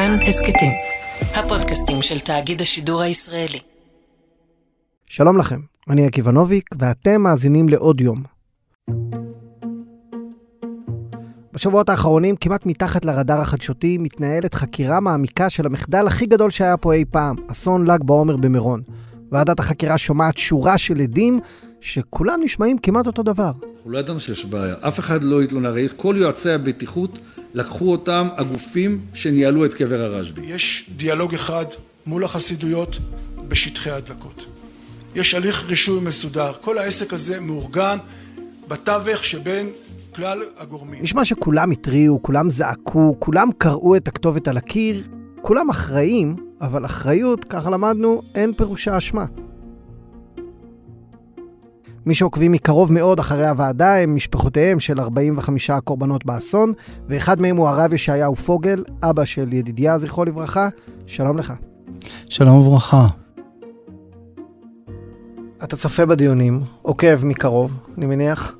כאן הסקטים, הפודקאסטים של תאגיד השידור הישראלי. שלום לכם, אני עקיבא נוביק, ואתם מאזינים לעוד יום. בשבועות האחרונים, כמעט מתחת לרדאר החדשותי, מתנהלת חקירה מעמיקה של המחדל הכי גדול שהיה פה אי פעם, אסון ל"ג בעומר במירון. ועדת החקירה שומעת שורה של עדים שכולם נשמעים כמעט אותו דבר. אנחנו לא ידענו שיש בעיה, אף אחד לא התלונן, הרי כל יועצי הבטיחות לקחו אותם הגופים שניהלו את קבר הרשב"י. יש דיאלוג אחד מול החסידויות בשטחי ההדלקות. יש הליך רישוי מסודר, כל העסק הזה מאורגן בתווך שבין כלל הגורמים. נשמע שכולם התריעו, כולם זעקו, כולם קראו את הכתובת על הקיר, כולם אחראים, אבל אחריות, ככה למדנו, אין פירושה אשמה. מי שעוקבים מקרוב מאוד אחרי הוועדה הם משפחותיהם של 45 הקורבנות באסון, ואחד מהם הוא הרב ישעיהו פוגל, אבא של ידידיה, זכרו לברכה. שלום לך. שלום וברכה. אתה צופה בדיונים, עוקב מקרוב, אני מניח.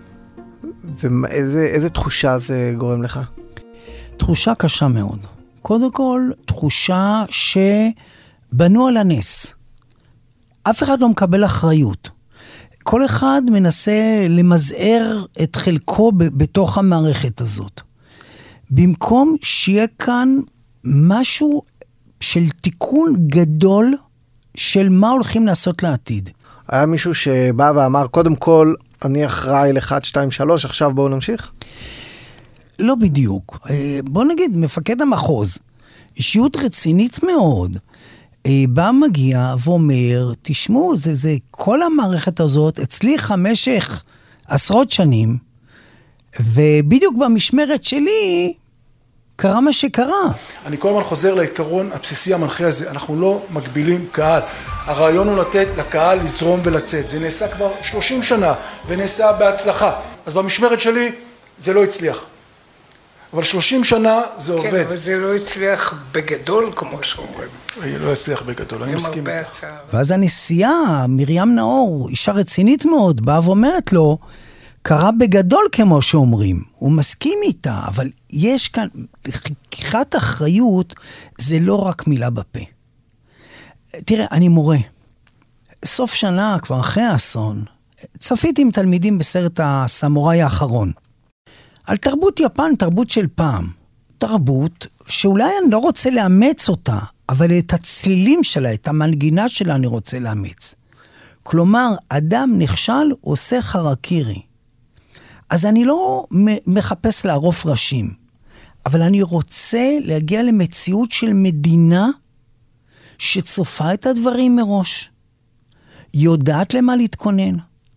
ואיזה תחושה זה גורם לך? תחושה קשה מאוד. קודם כל, תחושה שבנו על הנס. אף אחד לא מקבל אחריות. כל אחד מנסה למזער את חלקו בתוך המערכת הזאת. במקום שיהיה כאן משהו של תיקון גדול של מה הולכים לעשות לעתיד. היה מישהו שבא ואמר, קודם כל, אני אחראי ל-1, 2, 3, עכשיו בואו נמשיך? לא בדיוק. בוא נגיד, מפקד המחוז, אישיות רצינית מאוד, בא מגיע ואומר, תשמעו, זה כל המערכת הזאת הצליחה משך עשרות שנים, ובדיוק במשמרת שלי קרה מה שקרה. אני כל הזמן חוזר לעיקרון הבסיסי המנחה הזה, אנחנו לא מגבילים קהל. הרעיון הוא לתת לקהל לזרום ולצאת. זה נעשה כבר 30 שנה ונעשה בהצלחה. אז במשמרת שלי זה לא הצליח. אבל 30 שנה זה עובד. כן, אבל זה לא הצליח בגדול, כמו שאומרים. לא הצליח בגדול, אני מסכים איתך. ואז הנשיאה, מרים נאור, אישה רצינית מאוד, באה ואומרת לו, קרה בגדול כמו שאומרים. הוא מסכים איתה, אבל יש כאן, לקיחת אחריות, זה לא רק מילה בפה. תראה, אני מורה. סוף שנה, כבר אחרי האסון, צפיתי עם תלמידים בסרט הסמוראי האחרון. על תרבות יפן, תרבות של פעם. תרבות שאולי אני לא רוצה לאמץ אותה, אבל את הצלילים שלה, את המנגינה שלה אני רוצה לאמץ. כלומר, אדם נכשל עושה חרקירי. אז אני לא מחפש לערוף ראשים, אבל אני רוצה להגיע למציאות של מדינה שצופה את הדברים מראש, יודעת למה להתכונן,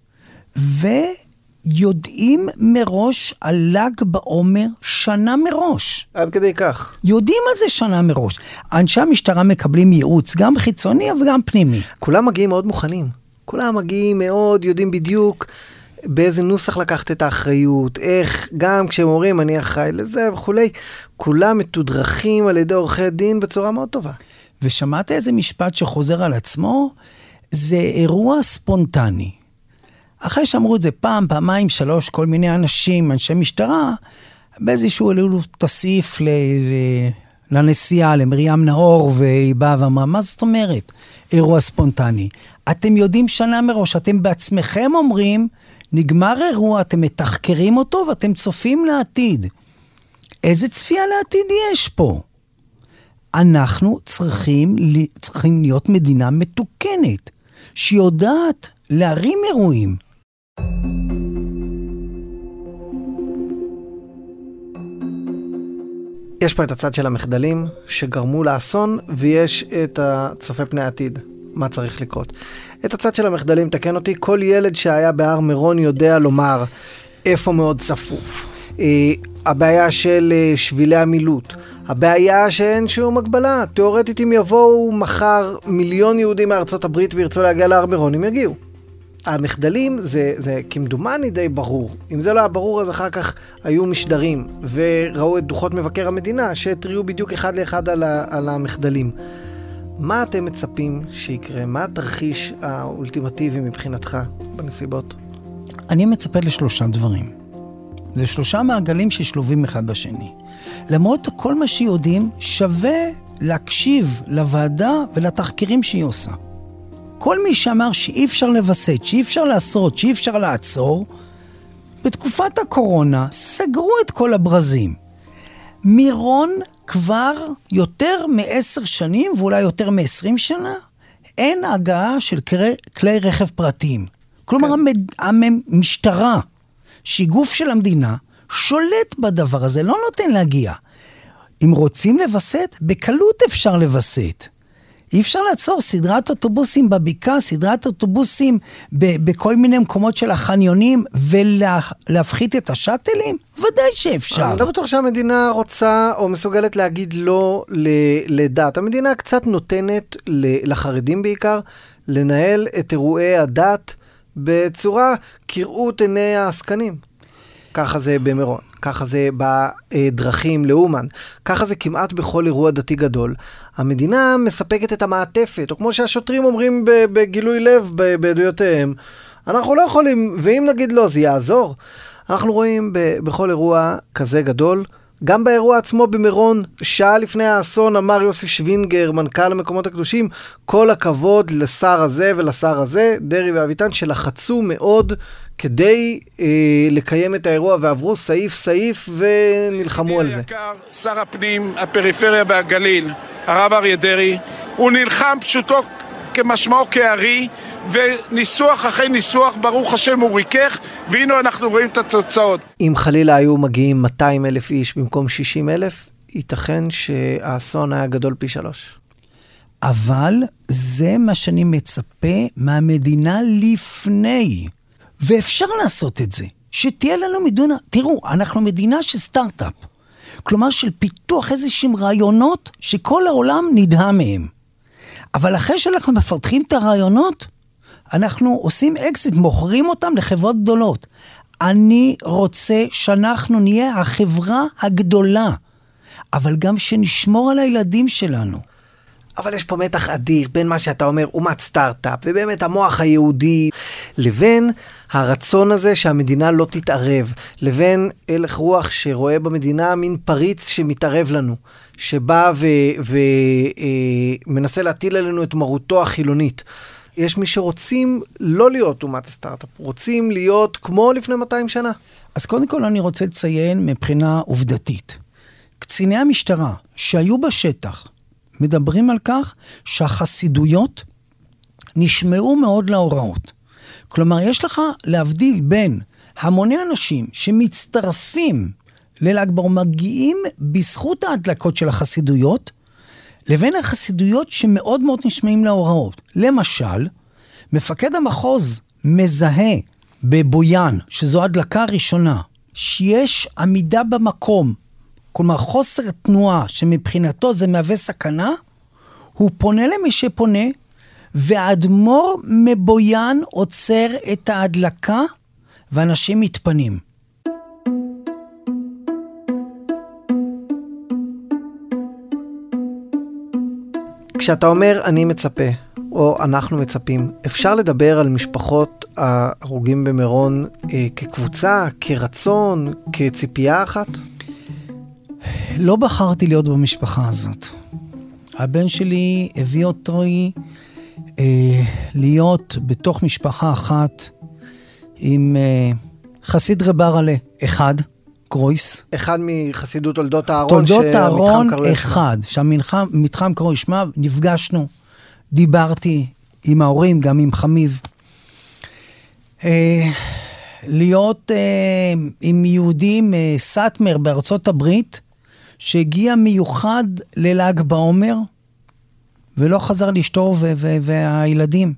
ויודעים מראש על ל"ג בעומר שנה מראש. עד כדי כך. יודעים על זה שנה מראש. אנשי המשטרה מקבלים ייעוץ, גם חיצוני וגם פנימי. כולם מגיעים מאוד מוכנים. כולם מגיעים מאוד, יודעים בדיוק באיזה נוסח לקחת את האחריות, איך, גם כשהם אומרים אני אחראי לזה וכולי, כולם מתודרכים על ידי עורכי דין בצורה מאוד טובה. ושמעת איזה משפט שחוזר על עצמו? זה אירוע ספונטני. אחרי שאמרו את זה פעם, פעמיים, 3, כל מיני אנשים, אנשי משטרה, באיזשהו העלו תוסיף לנשיאה, למרים נאור, והיא באה ואמרה, מה זאת אומרת? אירוע ספונטני. אתם יודעים שנה מראש, אתם בעצמכם אומרים, נגמר אירוע, אתם מתחקרים אותו, ואתם צופים לעתיד. איזה צפייה לעתיד יש פה? אנחנו צריכים להיות מדינה מתוקנת, שיודעת להרים אירועים. יש פה את הצד של המחדלים שגרמו לאסון, ויש את הצופה פני העתיד, מה צריך לקרות. את הצד של המחדלים, תקן אותי, כל ילד שהיה בהר מירון יודע לומר איפה מאוד צפוף. הבעיה של שבילי המילוט, הבעיה שאין שום הגבלה. תיאורטית אם יבואו מחר 1,000,000 יהודים מארצות הברית וירצו להגיע להר מירון, הם יגיעו. המחדלים זה כמדומני די ברור. אם זה לא היה ברור, אז אחר כך היו משדרים וראו את דוחות מבקר המדינה שהתריעו בדיוק אחד לאחד על המחדלים. מה אתם מצפים שיקרה? מה התרחיש האולטימטיבי מבחינתך בנסיבות? אני מצפה ל3 דברים. זה 3 מעגלים ששלובים אחד בשני. למרות כל מה שיודעים, שווה להקשיב לוועדה ולתחקירים שהיא עושה. כל מי שאמר שאי אפשר לבסט, שאי אפשר לעשות, שאי אפשר לעצור, בתקופת הקורונה סגרו את כל הברזים. מירון כבר יותר מ10 שנים, ואולי יותר מ20 שנה, אין הגעה של כלי רכב פרטיים. כלומר, המשטרה, שהיא גוף של המדינה, שולט בדבר הזה, לא נותן להגיע. אם רוצים לבסט, בקלות אפשר לבסט. אי אפשר לעצור סדרת אוטובוסים בבקעה, סדרת אוטובוסים בכל מיני מקומות של החניונים, ולהפחית את השאטלים? ודאי שאפשר. אני לא בטוח שהמדינה רוצה או מסוגלת להגיד לא לדת. המדינה קצת נותנת לחרדים בעיקר, לנהל את אירועי הדת בצורה כראות עיני העסקנים. ככה זה במירון, ככה זה בדרכים לאומן, ככה זה כמעט בכל אירוע דתי גדול. המדינה מספקת את המעטפת, או כמו שהשוטרים אומרים בגילוי לב בעדויותיהם, אנחנו לא יכולים, ואם נגיד לא, זה יעזור. אנחנו רואים בכל אירוע כזה גדול, גם באירוע עצמו במירון, שעה לפני האסון אמר יוסי שווינגר, מנכ"ל המקומות הקדושים, כל הכבוד לשר הזה ולשר הזה, דרי ואביטן, שלחצו מאוד כדי לקיים את האירוע, ועברו סעיף סעיף ונלחמו על זה. שר הפנים, הפריפריה והגליל, הרב אריה דרי, הוא נלחם פשוטו כמשמעו כארי, וניסוח אחרי ניסוח, ברוך השם הוא ריכך, והנה אנחנו רואים את התוצאות. אם חלילה היו מגיעים 200,000 איש במקום 60,000, ייתכן שהאסון היה גדול פי 3. אבל זה מה שאני מצפה מהמדינה לפני. ואפשר לעשות את זה. שתהיה לנו מדינה, תראו, אנחנו מדינה של סטארט-אפ. כלומר של פיתוח איזשהם רעיונות שכל העולם נדהם מהם. אבל אחרי שאנחנו מפתחים את הרעיונות, אנחנו עושים אקזיט, מוכרים אותם לחברות גדולות. אני רוצה שאנחנו נהיה החברה הגדולה, אבל גם שנשמור על הילדים שלנו. אבל יש פה מתח אדיר בין מה שאתה אומר, אומת סטארט-אפ, ובאמת המוח היהודי, לבין הרצון הזה שהמדינה לא תתערב, לבין הלך רוח שרואה במדינה מין פריץ שמתערב לנו, שבא ומנסה להטיל עלינו את מרותו החילונית. יש מי שרוצים לא להיות אומת הסטארט-אפ, רוצים להיות כמו לפני 200 שנה. אז קודם כל אני רוצה לציין מבחינה עובדתית. קציני המשטרה שהיו בשטח, מדברים על כך שהחסידויות נשמעו מאוד להוראות. כלומר, יש לך להבדיל בין המוני אנשים שמצטרפים לל"ג בעומר, מגיעים בזכות ההדלקות של החסידויות, לבין החסידויות שמאוד מאוד נשמעים להוראות. למשל, מפקד המחוז מזהה בבויאן, שזו הדלקה הראשונה, שיש עמידה במקום, כלומר חוסר תנועה שמבחינתו זה מהווה סכנה, הוא פונה למי שפונה, והאדמו"ר מבויאן עוצר את ההדלקה, ואנשים מתפנים. כשאתה אומר אני מצפה, או אנחנו מצפים, אפשר לדבר על משפחות ההרוגים במירון כקבוצה, כרצון, כציפייה אחת? לא בחרתי להיות במשפחה הזאת. הבן שלי הביא אותי להיות בתוך משפחה אחת עם חסיד רברלה אחד, קרויס. אחד מחסידות תולדות הארון. תולדות הארון אחד, שהמתחם קרוי שמע, נפגשנו, דיברתי עם ההורים, גם עם חמיב. להיות עם יהודים סאטמר בארצות הברית, שהגיע מיוחד לל"ג בעומר, ולא חזר לאשתו והילדים.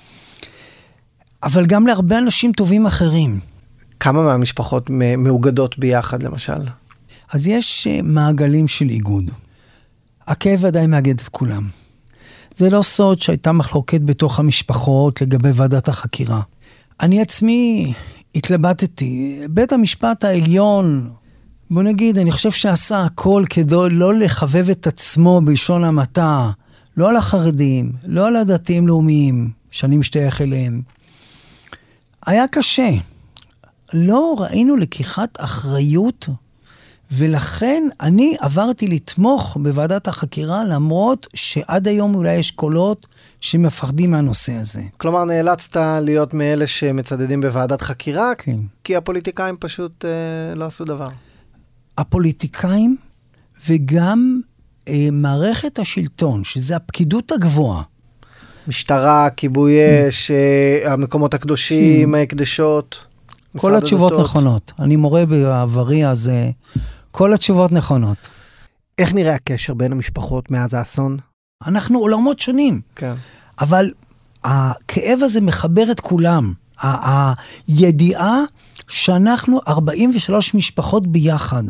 אבל גם להרבה אנשים טובים אחרים. כמה מהמשפחות מאוגדות ביחד, למשל? אז יש מעגלים של איגוד. הכאב עדיין מאגד את כולם. זה לא סוד שהייתה מחלוקת בתוך המשפחות לגבי ועדת החקירה. אני עצמי התלבטתי. בית המשפט העליון, בוא נגיד, אני חושב שעשה הכל כדי לא לחבב את עצמו בלשון המעטה, לא על החרדים, לא על הדתיים לאומיים, שאני משתייך אליהם. היה קשה. לא ראינו לקיחת אחריות, ולכן אני עברתי לתמוך בוועדת החקירה, למרות שעד היום אולי יש קולות שמפחדים מהנושא הזה. כלומר, נאלצת להיות מאלה שמצדדים בוועדת חקירה, כן. כי הפוליטיקאים פשוט לא עשו דבר. הפוליטיקאים וגם מערכת השלטון, שזה הפקידות הגבוהה. משטרה, כיבוי אש, המקומות הקדושים, ההקדשות. כל התשובות נכונות. אני מורה בעברי, אז כל התשובות נכונות. איך נראה הקשר בין המשפחות מאז האסון? אנחנו עולמות שונים. כן. אבל הכאב הזה מחבר את כולם. הידיעה שאנחנו 43 משפחות ביחד.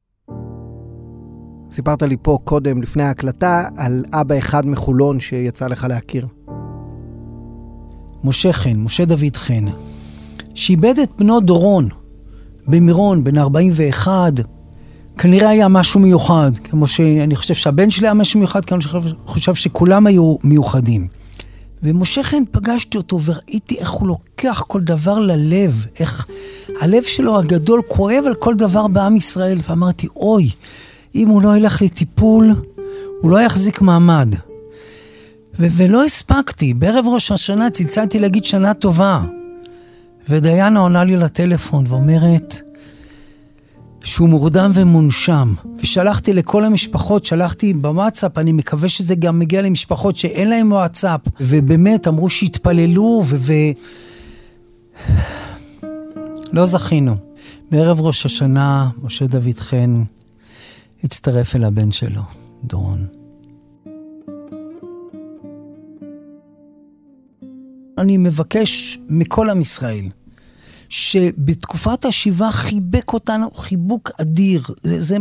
סיפרת לי פה קודם, לפני ההקלטה, על אבא אחד מחולון שיצא לך להכיר. משה דוד חן, שאיבד את בנו דורון במירון, בן 41, כנראה היה משהו מיוחד, כמו שאני חושב שהבן שלי היה משהו מיוחד, כמו שאני חושב שכולם היו מיוחדים. ומשה חן, פגשתי אותו וראיתי איך הוא לוקח כל דבר ללב, איך הלב שלו הגדול כואב על כל דבר בעם ישראל, ואמרתי, אוי, אם הוא לא ילך לטיפול, הוא לא יחזיק מעמד. ולא הספקתי, בערב ראש השנה צלצלתי להגיד שנה טובה, ודיינה עונה לי לטלפון ואומרת שהוא מורדם ומונשם, ושלחתי לכל המשפחות, שלחתי בוואטסאפ, אני מקווה שזה גם מגיע למשפחות שאין להם וואטסאפ, ובאמת אמרו שהתפללו, לא זכינו. בערב ראש השנה, משה דוד חן הצטרף אל הבן שלו, דורון. אני מבקש מכל עם ישראל, שבתקופת השיבה חיבק אותנו חיבוק אדיר. זה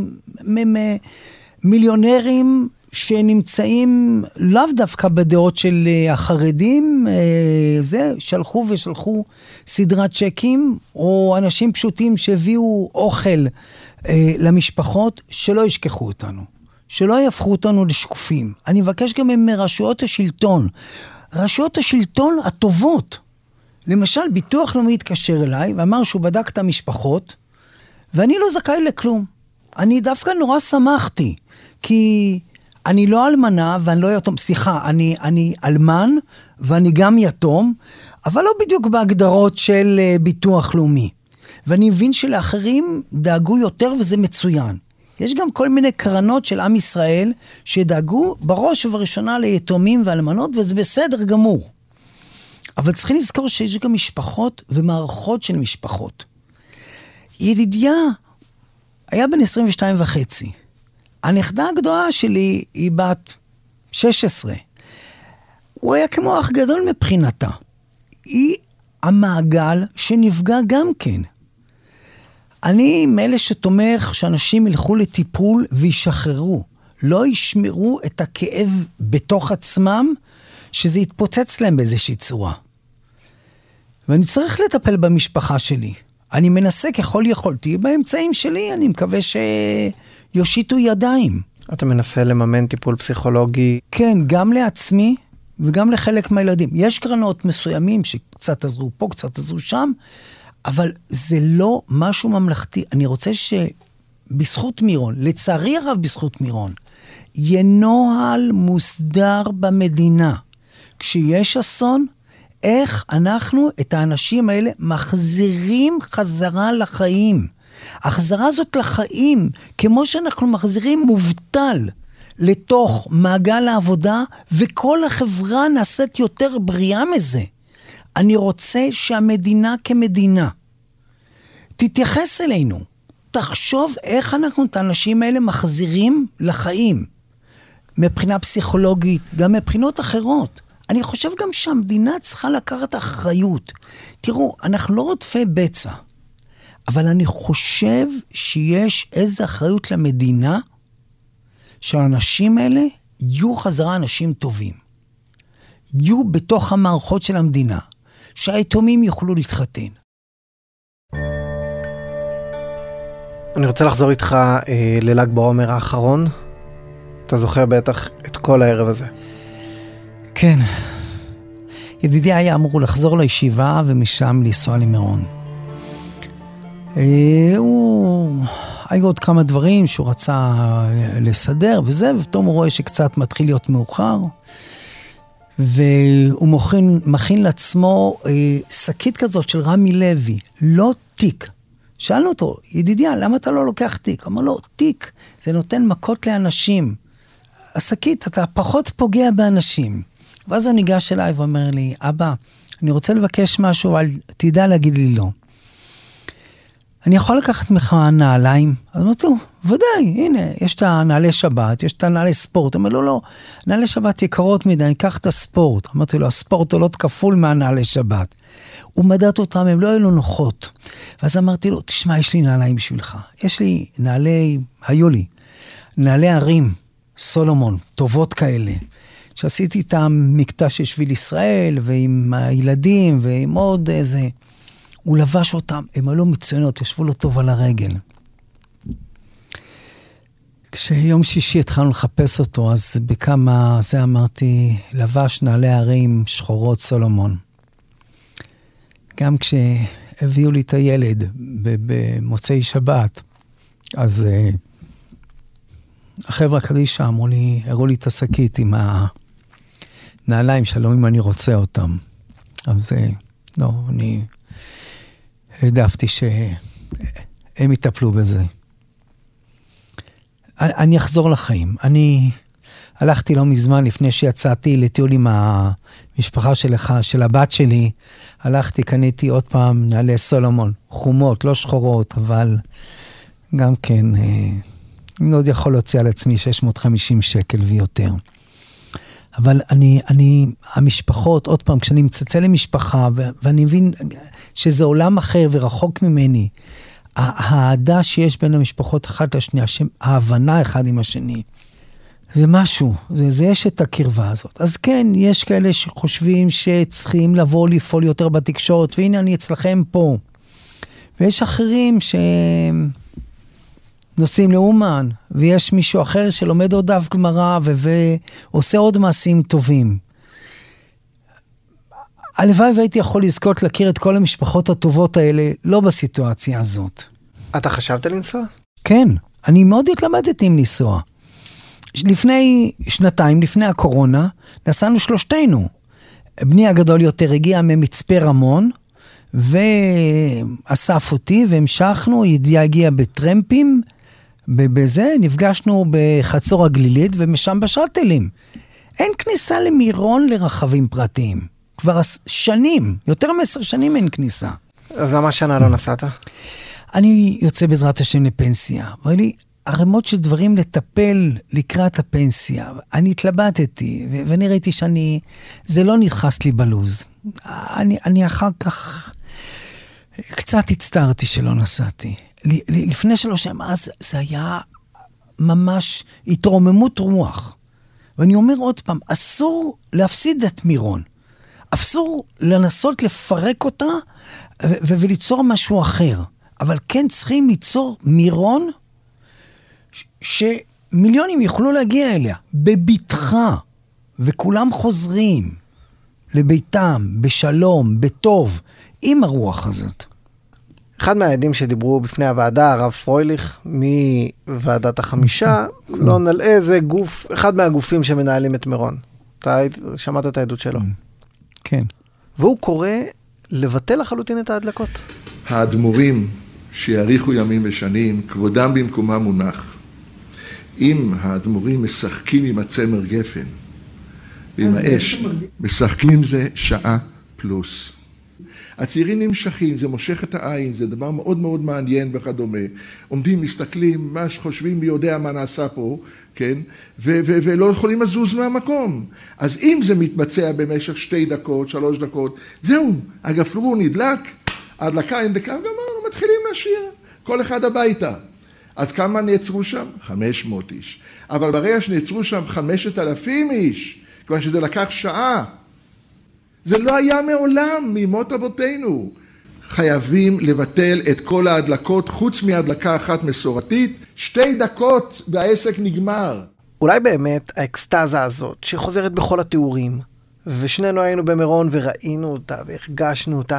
מיליונרים שנמצאים לאו דווקא בדעות של החרדים, שלחו סדרת צ'קים, או אנשים פשוטים שהביאו אוכל למשפחות, שלא ישכחו אותנו, שלא יהפכו אותנו לשקופים. אני מבקש גם מרשויות השלטון, רשויות השלטון הטובות, למשל, ביטוח לאומי התקשר אליי, ואמר שהוא בדק את המשפחות, ואני לא זכאי לכלום. אני דווקא נורא שמחתי, כי אני לא אלמנה, ואני לא יתום, סליחה, אני אלמן, ואני גם יתום, אבל לא בדיוק בהגדרות של ביטוח לאומי. ואני מבין שלאחרים דאגו יותר, וזה מצוין. יש גם כל מיני קרנות של עם ישראל, שדאגו בראש ובראשונה ליתומים ואלמנות, וזה בסדר גמור. אבל צריכים לזכור שיש גם משפחות ומערכות של משפחות. ידידיה היה בן 22.5. הנכדה הגדולה שלי היא בת 16. הוא היה כמו אח גדול מבחינתה. היא המעגל שנפגע גם כן. אני מאלה שתומך שאנשים ילכו לטיפול וישחררו. לא ישמרו את הכאב בתוך עצמם, שזה יתפוצץ להם באיזושהי צורה. ואני צריך לטפל במשפחה שלי. אני מנסה ככל יכולתי, באמצעים שלי אני מקווה שיושיטו ידיים. אתה מנסה לממן טיפול פסיכולוגי? כן, גם לעצמי וגם לחלק מהילדים. יש קרנות מסוימים שקצת עזרו פה, קצת עזרו שם, אבל זה לא משהו ממלכתי. אני רוצה שבזכות מירון, לצערי הרב בזכות מירון, ינוהל מוסדר במדינה. כשיש אסון, איך אנחנו את האנשים האלה מחזירים חזרה לחיים. החזרה הזאת לחיים, כמו שאנחנו מחזירים מובטל לתוך מעגל העבודה, וכל החברה נעשית יותר בריאה מזה. אני רוצה שהמדינה כמדינה תתייחס אלינו. תחשוב איך אנחנו את האנשים האלה מחזירים לחיים. מבחינה פסיכולוגית, גם מבחינות אחרות. אני חושב גם שהמדינה צריכה לקחת אחריות. תראו, אנחנו לא רודפי בצע, אבל אני חושב שיש איזו אחריות למדינה, שהאנשים האלה יהיו חזרה אנשים טובים. יהיו בתוך המערכות של המדינה, שהיתומים יוכלו להתחתן. אני רוצה לחזור איתך לל"ג בעומר האחרון. אתה זוכר בטח את כל הערב הזה. כן. ידידי היה אמור לחזור לישיבה ומשם לנסוע למירון. היו עוד כמה דברים שהוא רצה לסדר וזה, ופתאום הוא רואה שקצת מתחיל להיות מאוחר, והוא מכין לעצמו שקית כזאת של רמי לוי, לא תיק. שאלנו אותו, ידידיה, למה אתה לא לוקח תיק? אמר לו, תיק, זה נותן מכות לאנשים. השקית, אתה פחות פוגע באנשים. ואז הוא ניגש אליי ואומר לי, אבא, אני רוצה לבקש משהו, אבל תדע להגיד לי לא. אני יכול לקחת ממך נעליים? אז אמרתי לו, ודאי, הנה, יש את הנעלי שבת, יש את הנעלי ספורט. אמר לו, לא, נעלי שבת יקרות מדי, אני אקח את הספורט. אמרתי לו, הספורט עולות כפול מהנעלי שבת. הוא מדעת אותם, הם לא היו לו נוחות. ואז אמרתי לו, תשמע, יש לי נעליים בשבילך. יש לי היו לי, נעלי הרים, סולומון, טובות כאלה. שעשיתי איתם מקטע של שביל ישראל, ועם הילדים, ועם עוד איזה... הוא לבש אותם, הם היו מצוינות, ישבו לו טוב על הרגל. כשיום שישי התחלנו לחפש אותו, אז בכמה זה אמרתי, לבש נעלי הרים שחורות סולומון. גם כשהביאו לי את הילד במוצאי שבת, אז החבר'ה קדישה אמרו לי, הראו לי את השקית עם הנעליים שלום אם אני רוצה אותם. אז לא, אני העדפתי שהם יטפלו בזה. אני אחזור לחיים. אני הלכתי לא מזמן, לפני שיצאתי לטיול עם המשפחה של הבת שלי, הלכתי, קניתי עוד פעם נעלי סולומון, חומות, לא שחורות, אבל גם כן, אני עוד יכול להוציא על עצמי 650 שקל ויותר. אבל המשפחות, עוד פעם, כשאני מצצה למשפחה, ואני מבין שזה עולם אחר ורחוק ממני, האהדה שיש בין המשפחות אחת לשנייה, ההבנה אחד עם השני, זה משהו, זה יש את הקרבה הזאת. אז כן, יש כאלה שחושבים שצריכים לבוא לפעול יותר בתקשורת, והנה אני אצלכם פה. ויש אחרים שנוסעים לאומן, ויש מישהו אחר שלומד עוד דף גמרא, ועושה עוד מעשים טובים. הלוואי והייתי יכול לזכות להכיר את כל המשפחות הטובות האלה, לא בסיטואציה הזאת. אתה חשבת לנסוע? כן, אני מאוד התלמדתי עם לנסוע. לפני שנתיים, לפני הקורונה, נסענו שלושתנו. בני הגדול יותר הגיע ממצפה רמון, ואסף אותי, והמשכנו, ידיעה הגיע בטרמפים, בזה נפגשנו בחצור הגלילית, ומשם בשטלים. אין כניסה למירון לרכבים פרטיים. כבר שנים, יותר מ10 שנים אין כניסה. אז למה שנה לא נסעת? אני יוצא בעזרת השם לפנסיה, אבל לי הרמות של דברים לטפל לקראת הפנסיה. אני התלבטתי, ואני ראיתי זה לא נדחס לי בלוז. אני אחר כך קצת הצטערתי שלא נסעתי. לפני 3 שנים, אז זה היה ממש התרוממות רוח. ואני אומר עוד פעם, אסור להפסיד את מירון. אסור לנסות לפרק אותה וליצור משהו אחר. אבל כן צריכים ליצור מירון שמיליונים יוכלו להגיע אליה, בביטחה, וכולם חוזרים לביתם, בשלום, בטוב, עם הרוח הזאת. אחד מהעדים שדיברו בפני הוועדה, הרב פרויליך, מוועדת החמישה, לא נלאה, זה גוף, אחד מהגופים שמנהלים את מירון. אתה שמעת את העדות שלו. כן. והוא קורא לבטל לחלוטין את ההדלקות. האדמו"רים שיאריכו ימים ושנים, כבודם במקומם מונח. אם האדמו"רים משחקים עם הצמר גפן, ועם האש, משחקים זה שעה פלוס. הצעירים נמשכים, זה מושך את העין, זה דבר מאוד מאוד מעניין וכדומה. עומדים, מסתכלים, מה שחושבים, מי יודע מה נעשה פה, כן? ולא יכולים לזוז מהמקום. אז אם זה מתבצע במשך 2 דקות, 3 דקות, זהו, הגפרור נדלק, ההדלקה אין דקה, גמרנו, מתחילים לשיר, כל אחד הביתה. אז כמה נעצרו שם? 500 איש. אבל ברגע שנעצרו שם 5,000 איש, כיוון שזה לקח שעה, זה לא היה מעולם ממות אבותינו. חייבים לבטל את כל ההדלקות, חוץ מהדלקה אחת מסורתית, 2 דקות והעסק נגמר. אולי באמת האקסטאזה הזאת, שחוזרת בכל התיאורים, ושנינו היינו במירון וראינו אותה והרגשנו אותה,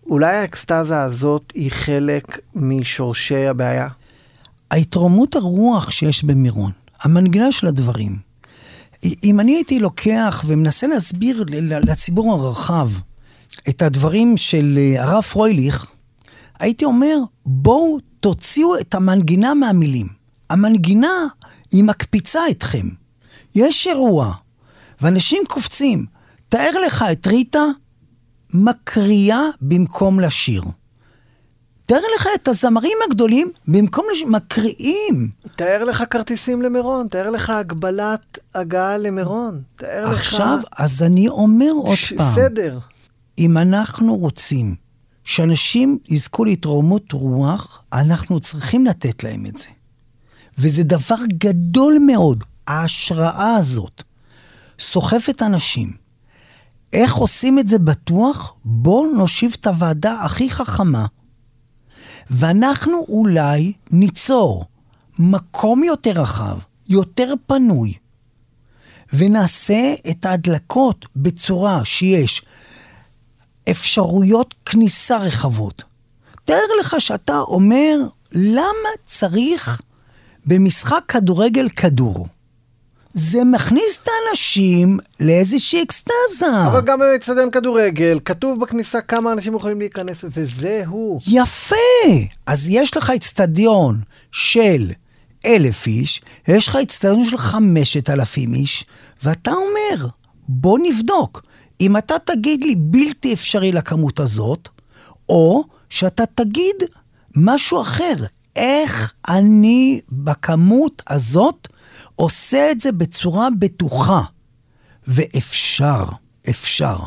אולי האקסטזה הזאת היא חלק משורשי הבעיה? ההתרוממות הרוח שיש במירון, המנגינה של הדברים. אם אני הייתי לוקח ומנסה להסביר לציבור הרחב את הדברים של הרב פרויליך, הייתי אומר, בואו תוציאו את המנגינה מהמילים. המנגינה היא מקפיצה אתכם. יש אירוע, ואנשים קופצים. תאר לך את ריטה מקריאה במקום לשיר. תאר לך את הזמרים הגדולים במקום לשיר, מקריאים. תאר לך כרטיסים למירון, תאר לך הגבלת הגעה למירון. עכשיו, אז אני אומר עוד פעם. סדר. אם אנחנו רוצים שאנשים יזכו להתרוממות רוח, אנחנו צריכים לתת להם את זה. וזה דבר גדול מאוד. ההשראה הזאת סוחפת אנשים. איך עושים את זה בטוח? בואו נושיב את הוועדה הכי חכמה, ואנחנו אולי ניצור מקום יותר רחב, יותר פנוי, ונעשה את ההדלקות בצורה שיש אפשרויות כניסה רחבות. תאר לך שאתה אומר, למה צריך במשחק כדורגל כדור? זה מכניס את האנשים לאיזושהי אקסטזה. אבל גם באצטדיון כדורגל, כתוב בכניסה כמה אנשים יכולים להיכנס, וזהו. יפה! אז יש לך אצטדיון של 1,000 איש, יש לך אצטדיון של 5,000 איש, ואתה אומר, בוא נבדוק. אם אתה תגיד לי בלתי אפשרי לכמות הזאת, או שאתה תגיד משהו אחר, איך אני בכמות הזאת עושה את זה בצורה בטוחה. ואפשר, אפשר.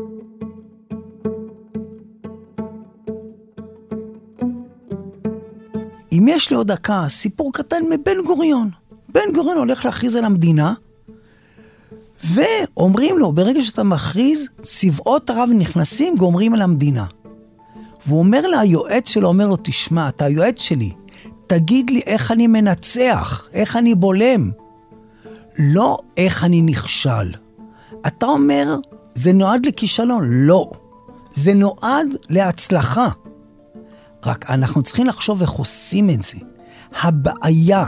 אם יש לי עוד דקה, סיפור קטן מבן גוריון. בן גוריון הולך להכריז על המדינה, ואומרים לו, ברגע שאתה מכריז, צבאות ערב נכנסים, גומרים על המדינה. והוא אומר לה, היועץ שלו אומר לו, תשמע, אתה היועץ שלי, תגיד לי איך אני מנצח, איך אני בולם. לא איך אני נכשל. אתה אומר, זה נועד לכישלון. לא. זה נועד להצלחה. רק אנחנו צריכים לחשוב איך עושים את זה. הבעיה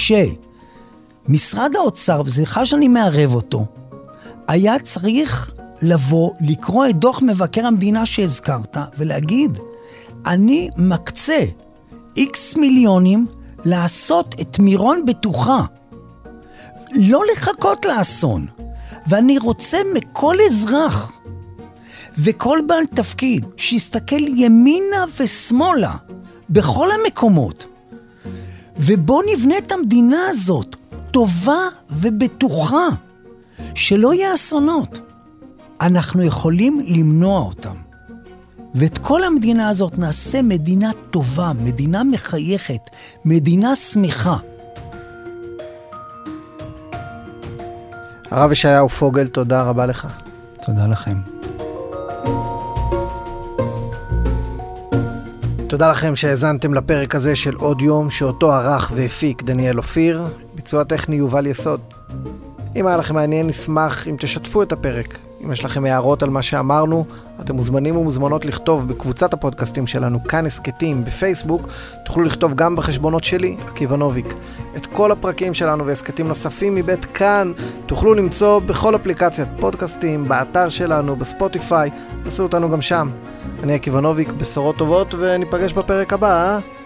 שמשרד האוצר, וסליחה שאני מערב אותו, היה צריך לבוא, לקרוא את דוח מבקר המדינה שהזכרת, ולהגיד, אני מקצה X מיליונים לעשות את מירון בטוחה. לא לחכות לאסון. ואני רוצה מכל אזרח וכל בעל תפקיד שיסתכל ימינה ושמאלה בכל המקומות. ובוא נבנה את המדינה הזאת טובה ובטוחה, שלא יהיה אסונות. אנחנו יכולים למנוע אותם. ואת כל המדינה הזאת נעשה מדינה טובה, מדינה מחייכת, מדינה שמחה. הרב ישעיהו פוגל, תודה רבה לך. תודה לכם. תודה לכם שהאזנתם לפרק הזה של עוד יום, שאותו ערך והפיק דניאל אופיר, ביצוע טכני יובל יסוד. אם היה לכם מעניין, נשמח אם תשתפו את הפרק. אם יש לכם הערות על מה שאמרנו, אתם מוזמנים ומוזמנות לכתוב בקבוצת הפודקאסטים שלנו, כאן הסקטים בפייסבוק. תוכלו לכתוב גם בחשבונות שלי, עקיבא נוביק. את כל הפרקים שלנו והסקטים נוספים מבית כאן תוכלו למצוא בכל אפליקציית פודקאסטים, באתר שלנו, בספוטיפיי. נסו אותנו גם שם. אני עקיבא נוביק, בשורות טובות, וניפגש בפרק הבא.